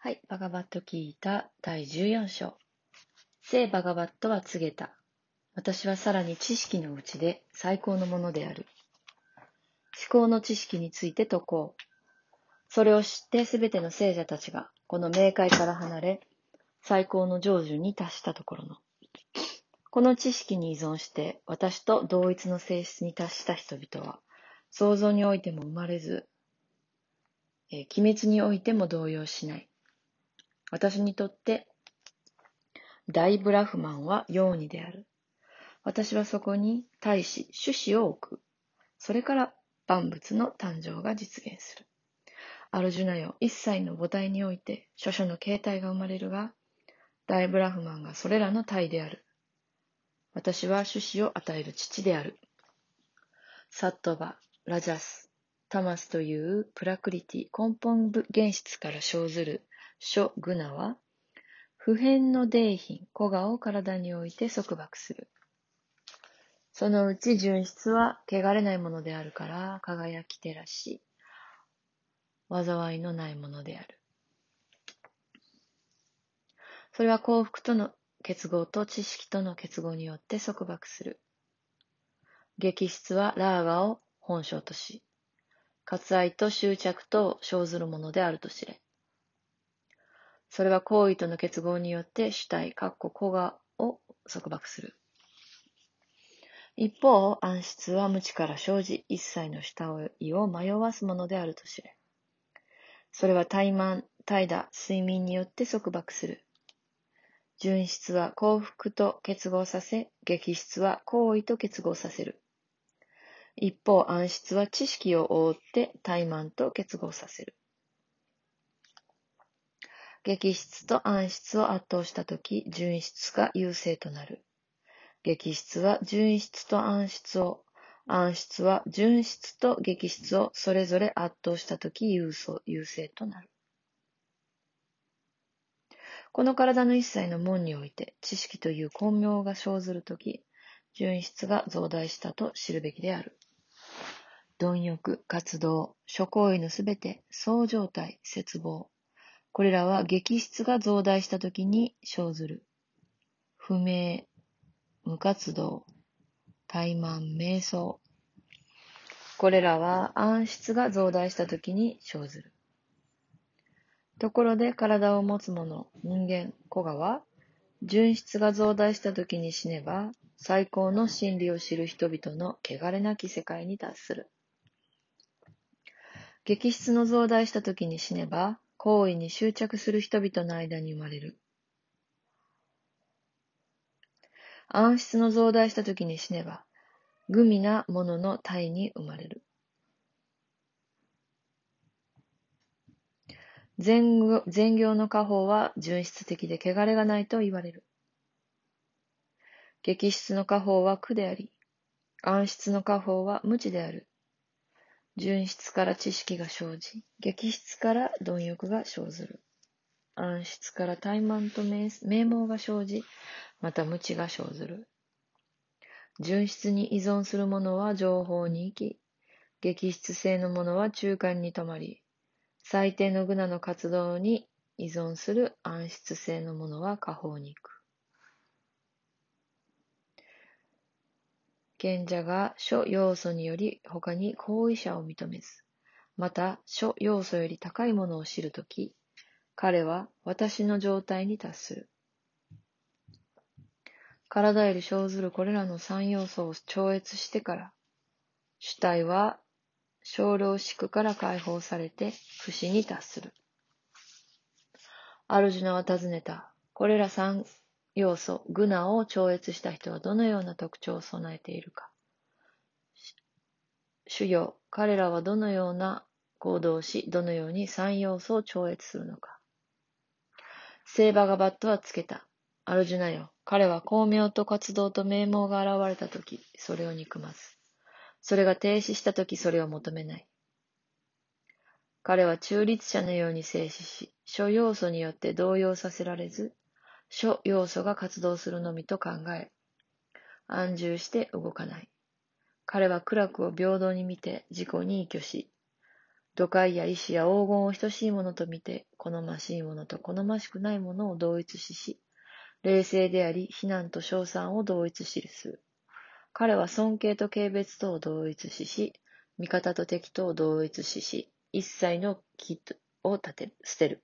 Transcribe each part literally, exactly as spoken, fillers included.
はい、バガバットギーターだいじゅうよん章。聖バガバットは告げた。私はさらに知識のうちで最高のものである。思考の知識について説こう。それを知ってすべての聖者たちがこの冥界から離れ、最高の成就に達したところの。この知識に依存して私と同一の性質に達した人々は、創造においても生まれず、えー、鬼滅においても動揺しない。私にとって大ブラフマンは容疑である。私はそこに対し種子を置く。それから万物の誕生が実現する。アルジュナよ、一切の母体において諸々の形態が生まれるが、大ブラフマンがそれらの体である。私は種子を与える父である。サットバ、ラジャス、タマスというプラクリティ、根本原質から生ずる諸グナは、普遍の泥品、古画を体において束縛する。そのうち純質は汚れないものであるから輝き照らし、災いのないものである。それは幸福との結合と知識との結合によって束縛する。激質はラーガを本性とし、割愛と執着と生ずるものであると知れ。それは行為との結合によって主体、かっこ古画を束縛する。一方、暗室は無知から生じ、一切の主体を迷わすものであると知れ。それは怠慢、怠惰、睡眠によって束縛する。純質は幸福と結合させ、激質は行為と結合させる。一方、暗質は知識を覆って怠慢と結合させる。激質と暗質を圧倒したとき、純質が優勢となる。激質は純質と暗質を、暗質は純質と激質をそれぞれ圧倒したとき優勢となる。この体の一切の門において、知識という光明が生ずるとき、純質が増大したと知るべきである。貪欲、活動、諸行為のすべて、総状態、絶望。これらは激質が増大したときに生ずる。不明、無活動、怠慢、瞑想。これらは暗質が増大したときに生ずる。ところで体を持つ者、人間、古我は、純質が増大したときに死ねば、最高の真理を知る人々の汚れなき世界に達する。激質の増大したときに死ねば、行為に執着する人々の間に生まれる。暗質の増大したときに死ねば、愚昧な者の体に生まれる。善行の果報は純質的で汚れがないと言われる。激質の果報は苦であり、暗質の果報は無知である。純質から知識が生じ、激質から貪欲が生ずる。暗質から怠慢と名盲が生じ、また無知が生ずる。純質に依存する者は情報に生き、激質性の者は中間に止まり、最低の愚なの活動に依存する暗質性の者は下方に行く。賢者が諸要素により他に行為者を認めず、また諸要素より高いものを知るとき、彼は私の状態に達する。体より生ずるこれらの三要素を超越してから、主体は少量宿から解放されて不死に達する。アルジュナは尋ねた。これら三要素、グナを超越した人はどのような特徴を備えているか。主よ、彼らはどのような行動をし、どのように三要素を超越するのか。聖バガバットはつけた。アルジュナよ、彼は光明と活動と名望が現れたとき、それを憎まず。それが停止したとき、それを求めない。彼は中立者のように静止し、諸要素によって動揺させられず、諸要素が活動するのみと考え、安住して動かない。彼は苦楽を平等に見て自己に依拠し、 土界や石や黄金を等しいものと見て、好ましいものと好ましくないものを同一視し、冷静であり、非難と称賛を同一視する。彼は尊敬と軽蔑とを同一視し、味方と敵とを同一視し、一切の木を立てる、捨てる。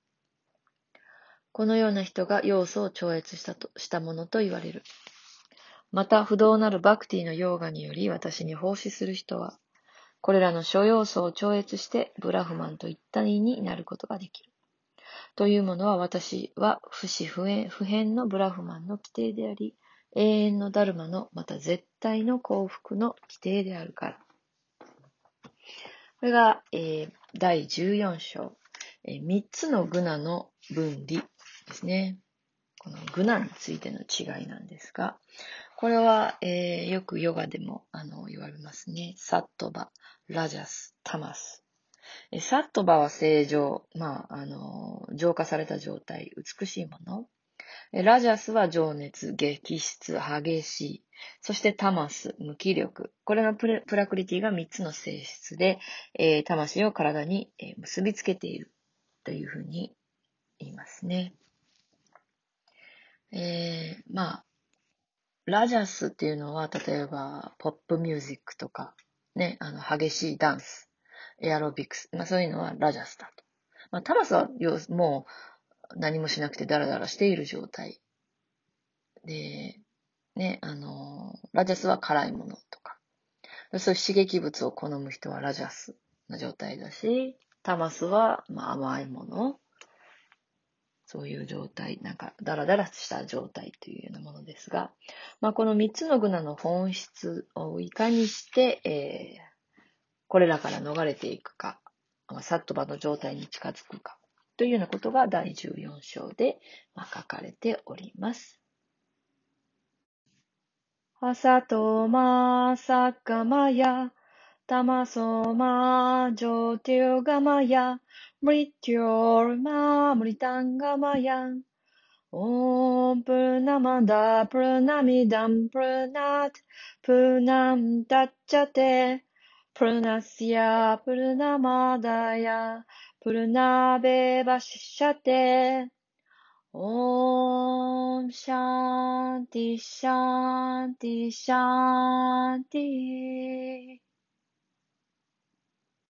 このような人が要素を超越したとしたものと言われる。また、不動なるバクティのヨーガにより私に奉仕する人は、これらの諸要素を超越してブラフマンと一体になることができる。というものは私は不死不変不変のブラフマンの規定であり、永遠のダルマのまた絶対の幸福の規定であるから。これが、えー、だいじゅうよん章、えー、みっつのグナの分離ですね。このグナについての違いなんですが、これは、えー、よくヨガでもあの言われますね。サットバ、ラジャス、タマス。えサットバは正常、まあ、あの、浄化された状態、美しいもの。えラジャスは情熱、激質、激しい。そしてタマス、無気力。これのプレプラクリティがみっつの性質で、えー魂を体に、えー結びつけているというふうに言いますね。えー、まあ、ラジャスっていうのは、例えば、ポップミュージックとか、ね、あの、激しいダンス、エアロビクス、まあそういうのはラジャスだと。まあ、タマスは要もう何もしなくてダラダラしている状態。で、ね、あの、ラジャスは辛いものとか、そういう刺激物を好む人はラジャスな状態だし、タマスは、まあ、甘いもの、そういう状態、なんかダラダラした状態というようなものですが、まあ、このみっつのグナの本質をいかにして、えー、これらから逃れていくか、サットバの状態に近づくかというようなことがだいじゅうよん章で、まあ、書かれております。アサトマサカマヤタマソマジョティオガマヤムリティオルマムリタンガマヤオープルナマダプルナミダンプルナトプルナムタッチャテプルナシヤプルナマダヤプルナベバシシャテオームシャンティシャンティシャンティ